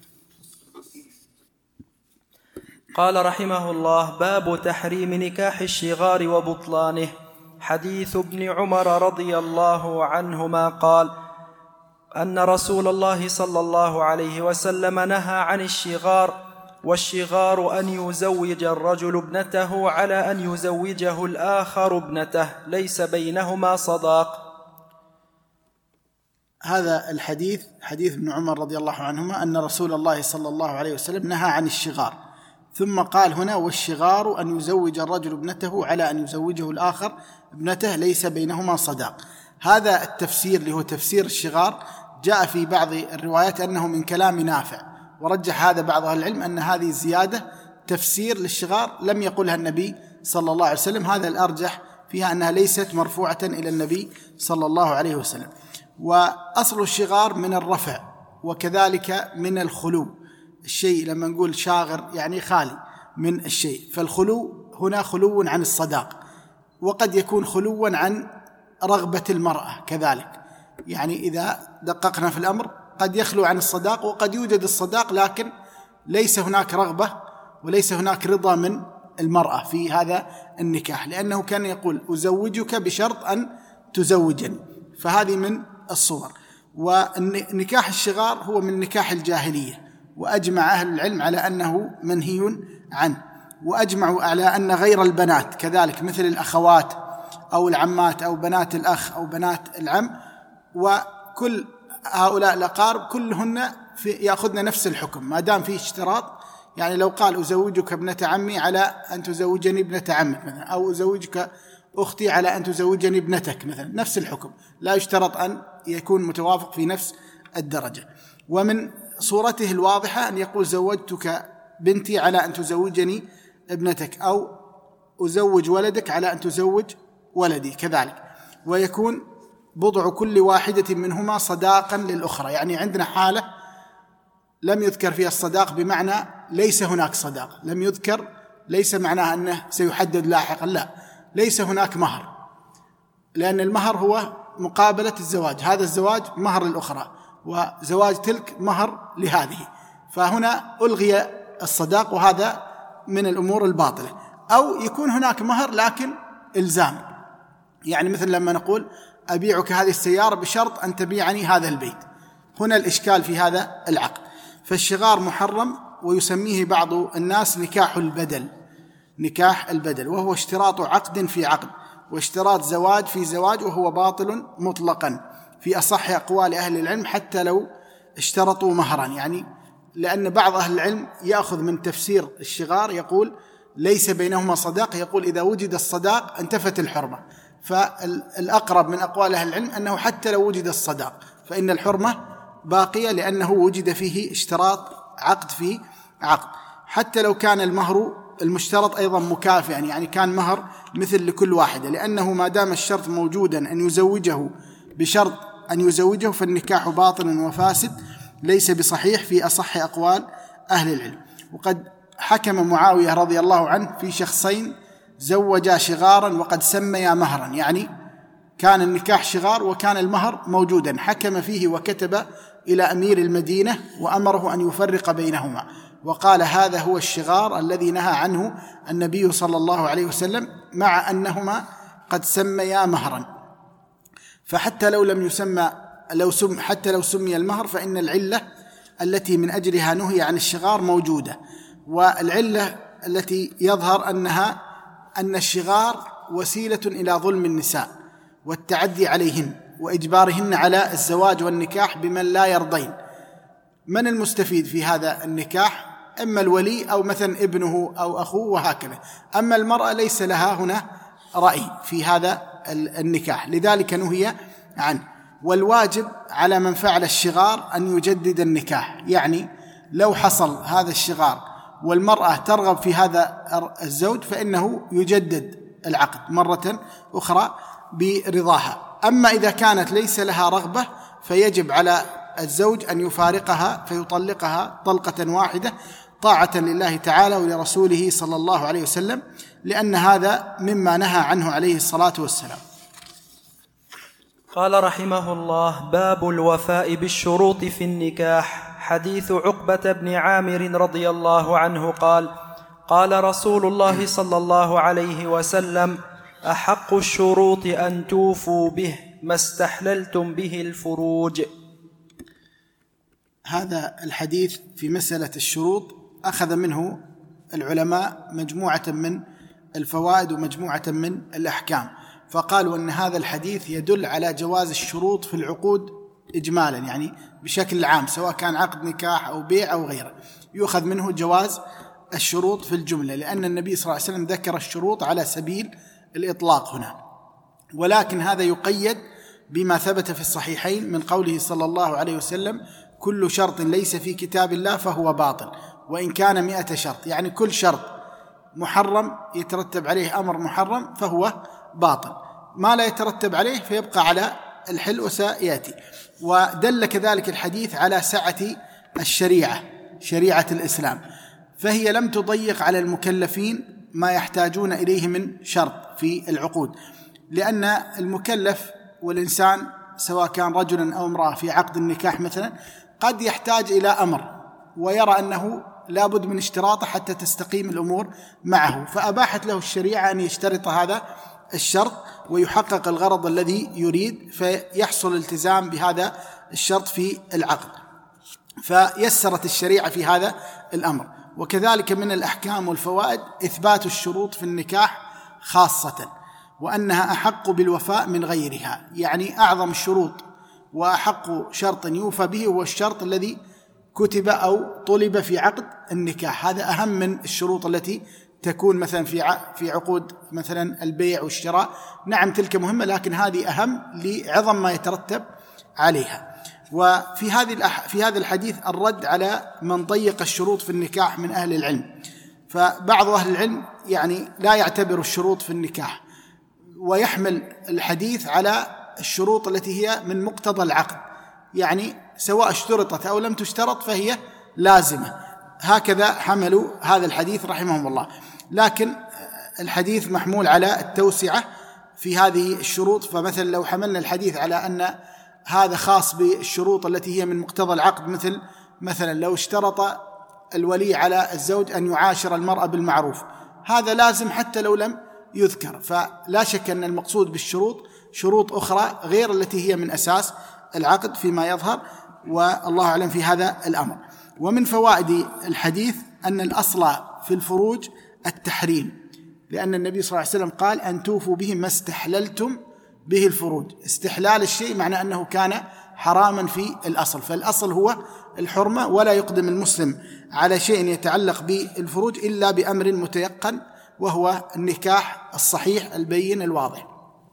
قال رحمه الله: باب تحريم نكاح الشغار وبطلانه. حديث ابن عمر رضي الله عنهما قال أن رسول الله صلى الله عليه وسلم نهى عن الشغار، والشغار أن يزوج الرجل ابنته على أن يزوجه الآخر ابنته ليس بينهما صداق. هذا الحديث حديث ابن عمر رضي الله عنهما أن رسول الله صلى الله عليه وسلم نهى عن الشغار، ثم قال هنا: والشغار أن يزوج الرجل ابنته على أن يزوجه الآخر ابنته ليس بينهما صداق. هذا التفسير اللي هو تفسير الشغار جاء في بعض الروايات أنه من كلام نافع، ورجح هذا بعض أهل العلم أن هذه الزيادة تفسير للشغار لم يقلها النبي صلى الله عليه وسلم، هذا الأرجح فيها أنها ليست مرفوعة إلى النبي صلى الله عليه وسلم. وأصل الشغار من الرفع، وكذلك من الخلو، الشيء لما نقول شاغر يعني خالي من الشيء، فالخلو هنا خلو عن الصداق، وقد يكون خلوا عن رغبة المرأة كذلك، يعني إذا دققنا في الأمر قد يخلو عن الصداق، وقد يوجد الصداق لكن ليس هناك رغبة وليس هناك رضا من المرأة في هذا النكاح، لأنه كان يقول: أزوجك بشرط أن تزوجني، فهذه من الصور. ونكاح الشغار هو من نكاح الجاهلية، وأجمع أهل العلم على أنه منهي عنه، وأجمعوا على أن غير البنات كذلك مثل الأخوات أو العمات أو بنات الأخ أو بنات العم وكل هؤلاء الأقارب كلهن يأخذن نفس الحكم ما دام فيه اشتراط. يعني لو قال أزوجك ابنة عمي على أن تزوجني ابنة عمك مثلا، أو أزوجك أختي على أن تزوجني ابنتك مثلا، نفس الحكم، لا يشترط أن يكون متوافق في نفس الدرجة. ومن صورته الواضحة أن يقول زوجتك بنتي على أن تزوجني ابنتك، أو أزوج ولدك على أن تزوج ولدي كذلك، ويكون بضع كل واحدة منهما صداقا للأخرى. يعني عندنا حالة لم يذكر فيها الصداق بمعنى ليس هناك صداق، لم يذكر ليس معناه أنه سيحدد لاحقا، لا، ليس هناك مهر، لأن المهر هو مقابلة الزواج، هذا الزواج مهر للأخرى وزواج تلك مهر لهذه، فهنا ألغي الصداق، وهذا من الأمور الباطلة. أو يكون هناك مهر لكن إلزام، يعني مثل لما نقول أبيعك هذه السيارة بشرط أن تبيعني هذا البيت، هنا الإشكال في هذا العقد. فالشغار محرم، ويسميه بعض الناس نكاح البدل، نكاح البدل، وهو اشتراط عقد في عقد واشتراط زواج في زواج، وهو باطل مطلقا في أصح أقوال أهل العلم حتى لو اشترطوا مهرا. يعني لأن بعض أهل العلم يأخذ من تفسير الشغار يقول ليس بينهما صداق، يقول إذا وجد الصداق انتفت الحرمة، فالأقرب من أقوال أهل العلم أنه حتى لو وجد الصداق فإن الحرمة باقية، لأنه وجد فيه اشتراط عقد في عقد، حتى لو كان المهر المشترط أيضا مكافئا، يعني كان مهر مثل لكل واحدة، لأنه ما دام الشرط موجودا أن يزوجه بشرط أن يزوجه فالنكاح باطل وفاسد ليس بصحيح في أصح أقوال أهل العلم. وقد حكم معاوية رضي الله عنه في شخصين زوجا شغارا وقد سميا مهرا، يعني كان النكاح شغار وكان المهر موجودا، حكم فيه وكتب إلى أمير المدينة وأمره أن يفرق بينهما، وقال هذا هو الشغار الذي نهى عنه النبي صلى الله عليه وسلم، مع أنهما قد سميا مهرا. فحتى لو لم يسمى لو سم حتى لو سمي المهر فإن العلة التي من أجلها نهي عن الشغار موجودة، والعلة التي يظهر أنها أن الشغار وسيلة إلى ظلم النساء والتعدي عليهن وإجبارهن على الزواج والنكاح بمن لا يرضين. من المستفيد في هذا النكاح؟ إما الولي أو مثلا ابنه أو أخوه وهكذا، أما المرأة ليس لها هنا رأي في هذا النكاح، لذلك نهي عنه. والواجب على من فعل الشغار أن يجدد النكاح، يعني لو حصل هذا الشغار والمرأة ترغب في هذا الزوج فإنه يجدد العقد مرة أخرى برضاها. أما إذا كانت ليس لها رغبة فيجب على الزوج أن يفارقها فيطلقها طلقة واحدة طاعة لله تعالى ولرسوله صلى الله عليه وسلم، لأن هذا مما نهى عنه عليه الصلاة والسلام. قال رحمه الله: باب الوفاء بالشروط في النكاح. حديث عقبة بن عامر رضي الله عنه قال: قال رسول الله صلى الله عليه وسلم: أحق الشروط أن توفوا به ما استحللتم به الفروج. هذا الحديث في مسألة الشروط أخذ منه العلماء مجموعة من الفوائد ومجموعة من الأحكام، فقالوا أن هذا الحديث يدل على جواز الشروط في العقود إجمالا، يعني بشكل عام سواء كان عقد نكاح أو بيع أو غيره، يؤخذ منه جواز الشروط في الجملة، لأن النبي صلى الله عليه وسلم ذكر الشروط على سبيل الإطلاق هنا. ولكن هذا يقيد بما ثبت في الصحيحين من قوله صلى الله عليه وسلم: كل شرط ليس في كتاب الله فهو باطل وإن كان مئة شرط، يعني كل شرط محرم يترتب عليه أمر محرم فهو باطل، ما لا يترتب عليه فيبقى على الحل وسيأتي. ودل كذلك الحديث على سعة الشريعة، شريعة الإسلام، فهي لم تضيق على المكلفين ما يحتاجون إليه من شرط في العقود، لأن المكلف والإنسان سواء كان رجلا أو امرأة في عقد النكاح مثلا قد يحتاج إلى أمر ويرى أنه لابد من اشتراطه حتى تستقيم الأمور معه، فأباحت له الشريعة أن يشترط هذا الشرط ويحقق الغرض الذي يريد، فيحصل التزام بهذا الشرط في العقد، فيسرت الشريعة في هذا الأمر. وكذلك من الأحكام والفوائد إثبات الشروط في النكاح خاصة، وأنها أحق بالوفاء من غيرها، يعني أعظم الشروط وأحق شرط يوفى به هو الشرط الذي كتب أو طلب في عقد النكاح. هذا أهم من الشروط التي تكون مثلا في في عقود مثلا البيع والشراء. نعم تلك مهمة، لكن هذه أهم لعظم ما يترتب عليها. وفي هذه في هذا الحديث الرد على من ضيق الشروط في النكاح من أهل العلم. فبعض أهل العلم يعني لا يعتبر الشروط في النكاح، ويحمل الحديث على الشروط التي هي من مقتضى العقد، يعني سواء اشترطت أو لم تشترط فهي لازمة. هكذا حملوا هذا الحديث رحمهم الله. لكن الحديث محمول على التوسعة في هذه الشروط. فمثلا لو حملنا الحديث على أن هذا خاص بالشروط التي هي من مقتضى العقد، مثل مثلا لو اشترط الولي على الزوج أن يعاشر المرأة بالمعروف، هذا لازم حتى لو لم يذكر. فلا شك أن المقصود بالشروط شروط أخرى غير التي هي من أساس العقد فيما يظهر، والله أعلم في هذا الأمر. ومن فوائد الحديث أن الأصل في الفروج التحريم، لأن النبي صلى الله عليه وسلم قال أن توفوا به ما استحللتم به الفروج. استحلال الشيء معنى أنه كان حراما في الأصل، فالأصل هو الحرمة، ولا يقدم المسلم على شيء يتعلق بالفروج إلا بأمر متيقن، وهو النكاح الصحيح البين الواضح.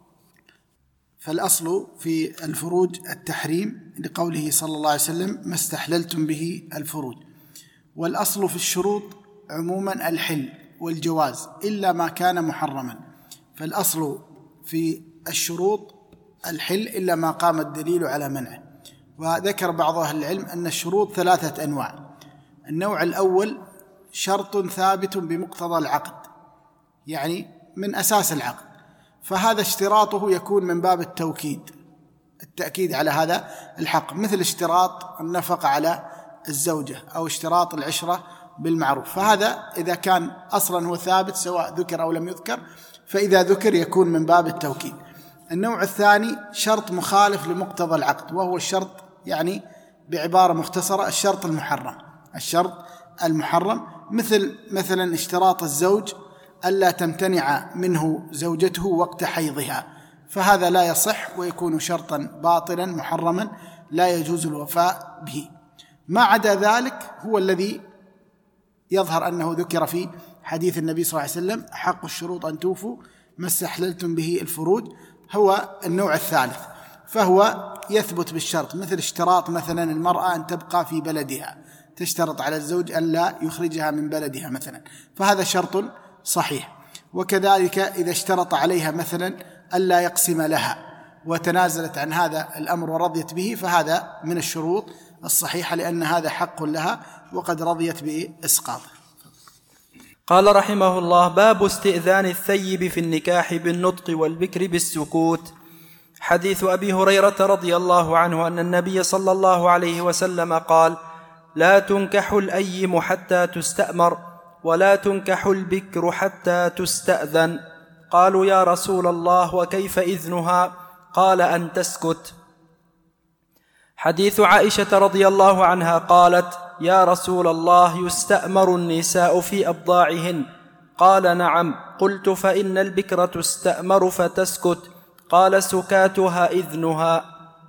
فالأصل في الفروج التحريم لقوله صلى الله عليه وسلم ما استحللتم به الفروج. والأصل في الشروط عموما الحل والجواز إلا ما كان محرما. فالأصل في الشروط الحل إلا ما قام الدليل على منعه. وذكر بعض أهل العلم أن الشروط ثلاثة أنواع. النوع الأول شرط ثابت بمقتضى العقد، يعني من أساس العقد، فهذا اشتراطه يكون من باب التوكيد، التأكيد على هذا الحق، مثل اشتراط النفقة على الزوجة أو اشتراط العشرة بالمعروف. فهذا إذا كان أصلا هو ثابت سواء ذكر أو لم يذكر، فإذا ذكر يكون من باب التوكيد. النوع الثاني شرط مخالف لمقتضى العقد، وهو الشرط يعني بعبارة مختصرة الشرط المحرم. الشرط المحرم مثل مثلا اشتراط الزوج ألا تمتنع منه زوجته وقت حيضها، فهذا لا يصح ويكون شرطا باطلا محرما لا يجوز الوفاء به. ما عدا ذلك هو الذي يظهر أنه ذكر في حديث النبي صلى الله عليه وسلم حق الشروط أن توفوا ما استحللتم به الفروج، هو النوع الثالث، فهو يثبت بالشرط، مثل اشتراط مثلا المرأة أن تبقى في بلدها، تشترط على الزوج أن لا يخرجها من بلدها مثلا، فهذا شرط صحيح. وكذلك إذا اشترط عليها مثلا ألا يقسم لها وتنازلت عن هذا الأمر ورضيت به، فهذا من الشروط الصحيحة، لأن هذا حق لها وقد رضيت بإسقاطه. قال رحمه الله: باب استئذان الثيب في النكاح بالنطق والبكر بالسكوت. حديث أبي هريرة رضي الله عنه أن النبي صلى الله عليه وسلم قال: لا تنكح الأيم حتى تستأمر، ولا تنكح البكر حتى تستأذن. قالوا: يا رسول الله وكيف إذنها؟ قال: أن تسكت. حديث عائشة رضي الله عنها قالت: يا رسول الله يستأمر النساء في أبضاعهن؟ قال: نعم. قلت: فإن البكر تستأمر فتسكت؟ قال: سكاتها إذنها.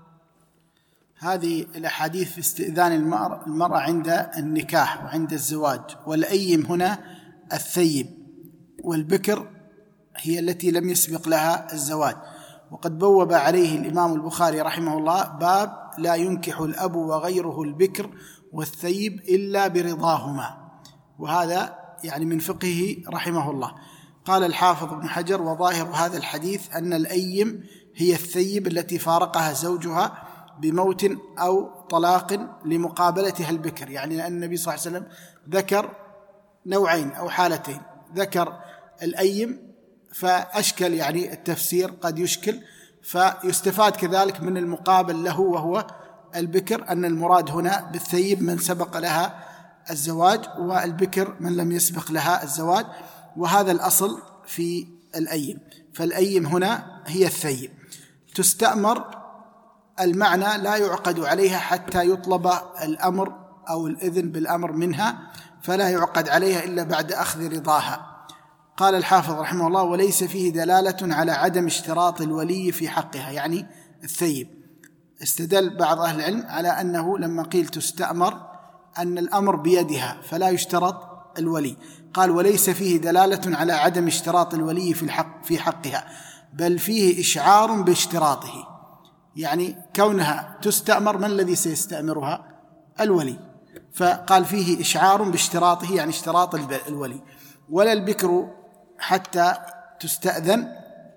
هذه الأحاديث في استئذان المرأة عند النكاح وعند الزواج. والأيم هنا الثيب، والبكر هي التي لم يسبق لها الزواج. وقد بوب عليه الإمام البخاري رحمه الله باب لا ينكح الأب وغيره البكر والثيب إلا برضاهما، وهذا يعني من فقهه رحمه الله. قال الحافظ ابن حجر: وظاهر هذا الحديث أن الأيم هي الثيب التي فارقها زوجها بموت أو طلاق لمقابلتها البكر، يعني لأن النبي صلى الله عليه وسلم ذكر نوعين أو حالتين، ذكر الأيم فأشكل يعني التفسير قد يشكل، فيستفاد كذلك من المقابل له وهو البكر أن المراد هنا بالثيب من سبق لها الزواج، والبكر من لم يسبق لها الزواج، وهذا الأصل في الأيم. فالأيم هنا هي الثيب. تستأمر المعنى لا يعقد عليها حتى يطلب الأمر أو الإذن بالأمر منها، فلا يعقد عليها إلا بعد أخذ رضاها. قال الحافظ رحمه الله: وليس فيه دلالة على عدم اشتراط الولي في حقها، يعني الثيب. استدل بعض أهل العلم على أنه لما قيل تستأمر أن الأمر بيدها فلا يشترط الولي. قال: وليس فيه دلالة على عدم اشتراط الولي في الحق في حقها، بل فيه إشعار باشتراطه، يعني كونها تستأمر من الذي سيستأمرها؟ الولي. فقال فيه إشعار باشتراطه، يعني اشتراط الولي. ولا البكر حتى تستأذن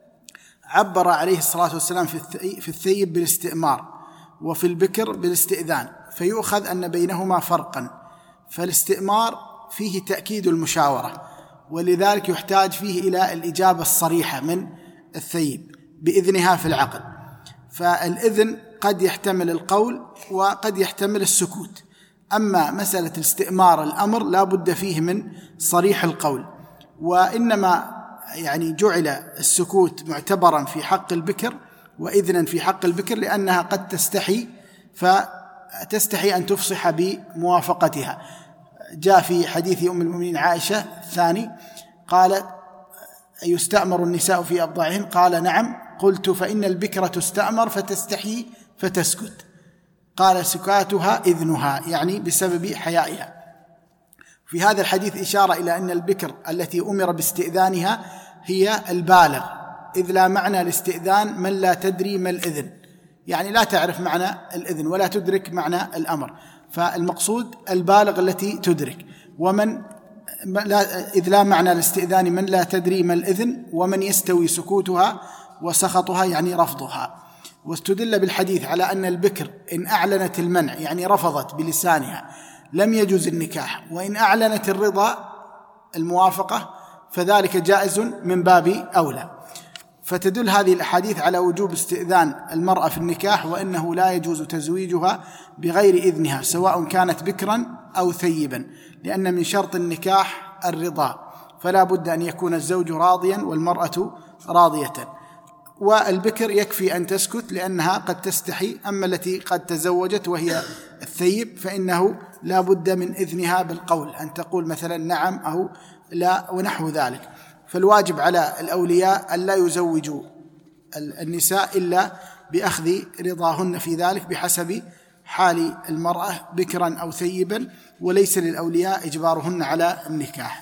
عبر عليه الصلاة والسلام في الثيب بالاستئمار، وفي البكر بالاستئذان، فيؤخذ أن بينهما فرقا. فالاستئمار فيه تأكيد المشاورة، ولذلك يحتاج فيه إلى الإجابة الصريحة من الثيب بإذنها في العقد. فالإذن قد يحتمل القول وقد يحتمل السكوت. أما مسألة الاستئمار الأمر لا بد فيه من صريح القول، وإنما يعني جعل السكوت معتبرا في حق البكر وإذنا في حق البكر لأنها قد تستحي فتستحي أن تفصح بموافقتها. جاء في حديث أم المؤمنين عائشة الثاني قالت: يستأمر النساء في أبضاعهن؟ قال: نعم. قلت: فإن البكرة تستأمر فتستحي فتسكت. قال: سكاتها إذنها، يعني بسبب حيائها. في هذا الحديث إشارة إلى أن البكر التي أمر باستئذانها هي البالغ، إذ لا معنى الاستئذان من لا تدري ما الإذن، يعني لا تعرف معنى الإذن ولا تدرك معنى الأمر. فالمقصود البالغ التي تدرك، ومن لا إذ لا معنى الاستئذان من لا تدري ما الإذن، ومن يستوي سكوتها وسخطها، يعني رفضها. واستدل بالحديث على أن البكر إن أعلنت المنع، يعني رفضت بلسانها، لم يجوز النكاح، وإن أعلنت الرضا الموافقة فذلك جائز من باب أولى. فتدل هذه الأحاديث على وجوب استئذان المرأة في النكاح، وأنه لا يجوز تزويجها بغير إذنها سواء كانت بكرا أو ثيبا، لأن من شرط النكاح الرضا، فلا بد أن يكون الزوج راضيا والمرأة راضية. والبكر يكفي أن تسكت لأنها قد تستحي، أما التي قد تزوجت وهي الثيب فإنه لا بد من إذنها بالقول، أن تقول مثلا نعم أو لا ونحو ذلك. فالواجب على الأولياء أن لا يزوجوا النساء إلا بأخذ رضاهن في ذلك بحسب حال المرأة بكرا أو ثيبا، وليس للأولياء إجبارهن على النكاح.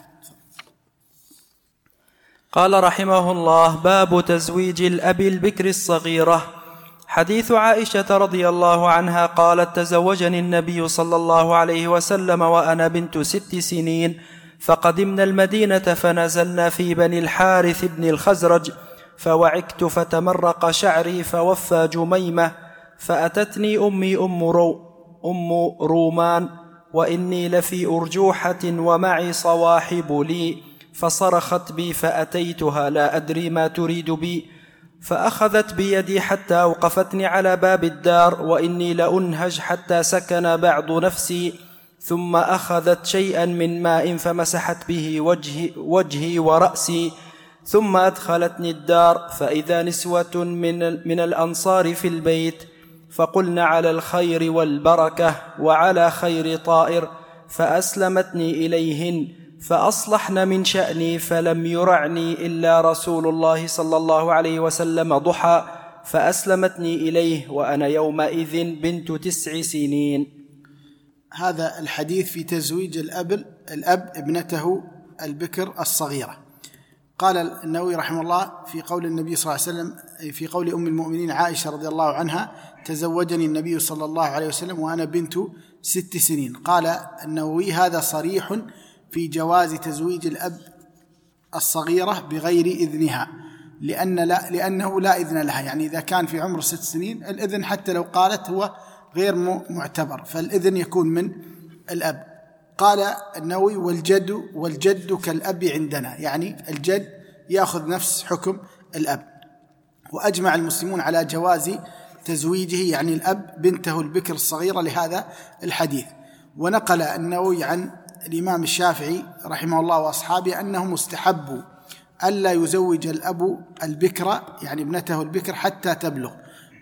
قال رحمه الله: باب تزويج الأب البكر الصغيرة. حديث عائشة رضي الله عنها قالت: تزوجني النبي صلى الله عليه وسلم وأنا بنت ست سنين، فقدمنا المدينة فنزلنا في بني الحارث بن الخزرج، فوعكت فتمرق شعري فوفى جميمة، فأتتني أمي أم, رو أم رومان وإني لفي أرجوحة ومعي صواحب لي، فصرخت بي فأتيتها لا أدري ما تريد بي، فأخذت بيدي حتى أوقفتني على باب الدار وإني لأنهج حتى سكن بعض نفسي، ثم أخذت شيئا من ماء فمسحت به وجهي, وجهي ورأسي، ثم أدخلتني الدار فإذا نسوة من, من الأنصار في البيت، فقلن على الخير والبركة وعلى خير طائر، فأسلمتني إليهن فأصلحن من شأني، فلم يرعني إلا رسول الله صلى الله عليه وسلم ضحى، فأسلمتني إليه وأنا يومئذ بنت تسع سنين. هذا الحديث في تزويج الأب, الأب ابنته البكر الصغيرة. قال النووي رحمه الله في قول النبي صلى الله عليه وسلم، في قول أم المؤمنين عائشة رضي الله عنها: تزوجني النبي صلى الله عليه وسلم وأنا بنت ست سنين. قال النووي: هذا صريح في جواز تزويج الأب الصغيرة بغير إذنها، لأن لا لأنه لا إذن لها، يعني إذا كان في عمر ست سنين الإذن حتى لو قالت هو غير معتبر، فالإذن يكون من الأب. قال النووي: والجد والجد كالأب عندنا، يعني الجد يأخذ نفس حكم الأب. وأجمع المسلمون على جواز تزويجه، يعني الأب، بنته البكر الصغيرة لهذا الحديث. ونقل النووي عن الإمام الشافعي رحمه الله وأصحابه أنه مستحب ألا يزوج الأب البكرة، يعني ابنته البكر، حتى تبلغ،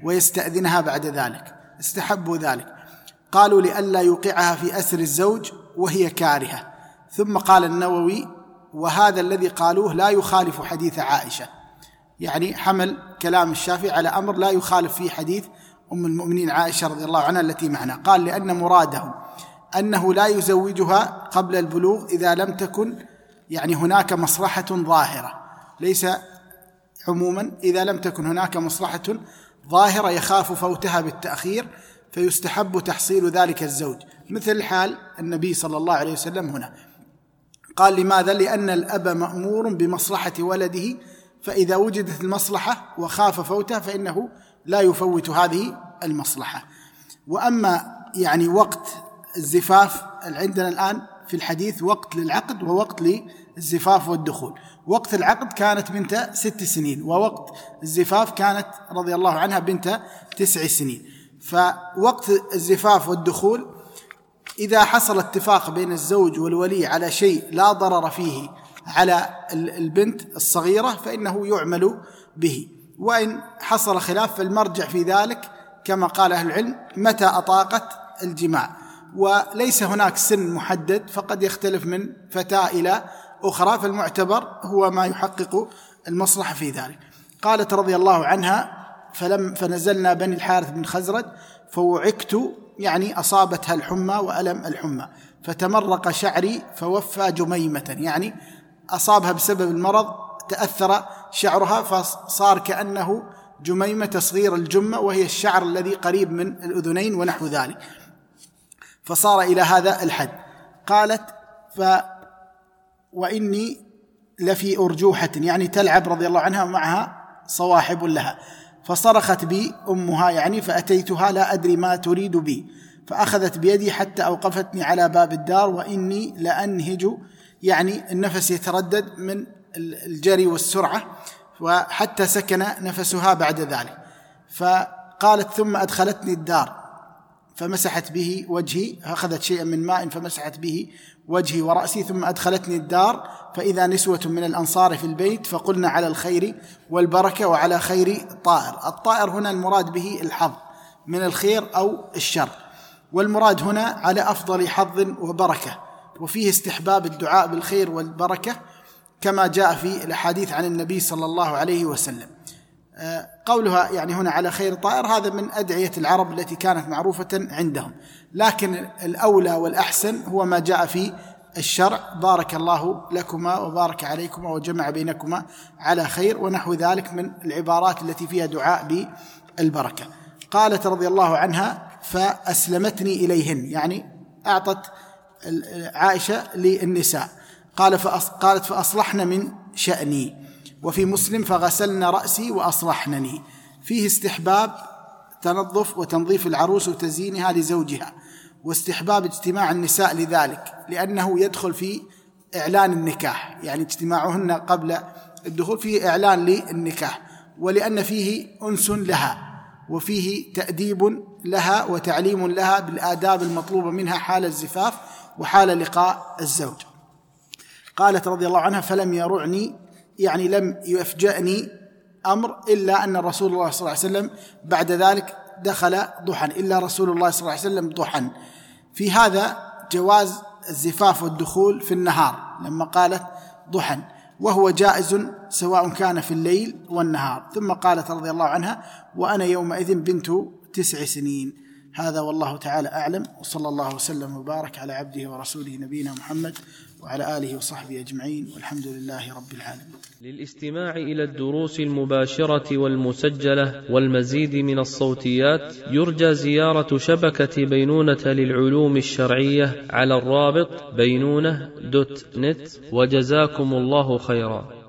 ويستأذنها بعد ذلك، استحبوا ذلك. قالوا لئلا يوقعها في أسر الزوج وهي كارهة. ثم قال النووي: وهذا الذي قالوه لا يخالف حديث عائشة، يعني حمل كلام الشافعي على أمر لا يخالف فيه حديث أم المؤمنين عائشة رضي الله عنها التي معنا. قال: لأن مراده أنه لا يزوجها قبل البلوغ إذا لم تكن يعني هناك مصلحة ظاهرة، ليس عموما، إذا لم تكن هناك مصلحة ظاهرة يخاف فوتها بالتأخير فيستحب تحصيل ذلك الزوج، مثل حال النبي صلى الله عليه وسلم هنا. قال: لماذا؟ لأن الأب مأمور بمصلحة ولده، فإذا وجدت المصلحة وخاف فوتها فإنه لا يفوت هذه المصلحة. وأما يعني وقت الزفاف، عندنا الآن في الحديث وقت للعقد ووقت للزفاف والدخول. وقت العقد كانت بنت ست سنين، ووقت الزفاف كانت رضي الله عنها بنت تسع سنين. فوقت الزفاف والدخول إذا حصل اتفاق بين الزوج والولي على شيء لا ضرر فيه على البنت الصغيرة فإنه يعمل به، وإن حصل خلاف فالمرجع في ذلك كما قال أهل العلم متى أطاقت الجماع، وليس هناك سن محدد، فقد يختلف من فتاة إلى أخرى، فالمعتبر هو ما يحقق المصلحة في ذلك. قالت رضي الله عنها: فلم فنزلنا بني الحارث بن خزرج فوعكت، يعني أصابتها الحمى وألم الحمى، فتمرق شعري فوفى جميمة، يعني أصابها بسبب المرض تأثر شعرها فصار كأنه جميمة، تصغير الجمة وهي الشعر الذي قريب من الأذنين ونحو ذلك، فصار إلى هذا الحد. قالت: ف وإني لفي أرجوحة، يعني تلعب رضي الله عنها معها صواحب لها، فصرخت بي أمها، يعني فأتيتها لا أدري ما تريد بي، فأخذت بيدي حتى أوقفتني على باب الدار وإني لأنهج، يعني النفس يتردد من الجري والسرعة، وحتى سكن نفسها بعد ذلك. فقالت: ثم أدخلتني الدار فمسحت به وجهي، أخذت شيئا من ماء فمسحت به وجهي ورأسي، ثم أدخلتني الدار فإذا نسوة من الأنصار في البيت فقلنا على الخير والبركة وعلى خير طائر. الطائر هنا المراد به الحظ من الخير أو الشر، والمراد هنا على أفضل حظ وبركة، وفيه استحباب الدعاء بالخير والبركة كما جاء في الأحاديث عن النبي صلى الله عليه وسلم. قولها يعني هنا على خير طائر هذا من أدعية العرب التي كانت معروفة عندهم، لكن الأولى والأحسن هو ما جاء في الشرع: بارك الله لكما وبارك عليكما وجمع بينكما على خير، ونحو ذلك من العبارات التي فيها دعاء بالبركة. قالت رضي الله عنها: فأسلمتني إليهن، يعني أعطت عائشة للنساء. قال قالت: فأصلحن من شأني. وفي مسلم: فغسلن رأسي وأصلحنني. فيه استحباب تنظف وتنظيف العروس وتزيينها لزوجها، واستحباب اجتماع النساء لذلك، لأنه يدخل في إعلان النكاح، يعني اجتماعهن قبل الدخول فيه إعلان للنكاح، ولأن فيه أنس لها وفيه تأديب لها وتعليم لها بالآداب المطلوبة منها حال الزفاف وحال لقاء الزوج. قالت رضي الله عنها: فلم يرعني، يعني لم يفجأني أمر إلا أن رسول الله صلى الله عليه وسلم بعد ذلك دخل ضحى، إلا رسول الله صلى الله عليه وسلم ضحى. في هذا جواز الزفاف والدخول في النهار لما قالت ضحى، وهو جائز سواء كان في الليل والنهار. ثم قالت رضي الله عنها: وأنا يومئذ بنت تسع سنين. هذا والله تعالى أعلم، وصلى الله وسلم وبارك على عبده ورسوله نبينا محمد وعلى آله وصحبه أجمعين، والحمد لله رب العالمين. للاستماع إلى الدروس المباشرة والمسجلة والمزيد من الصوتيات يرجى زيارة شبكة بينونة للعلوم الشرعية على الرابط بينونة دوت نت، وجزاكم الله خيرا.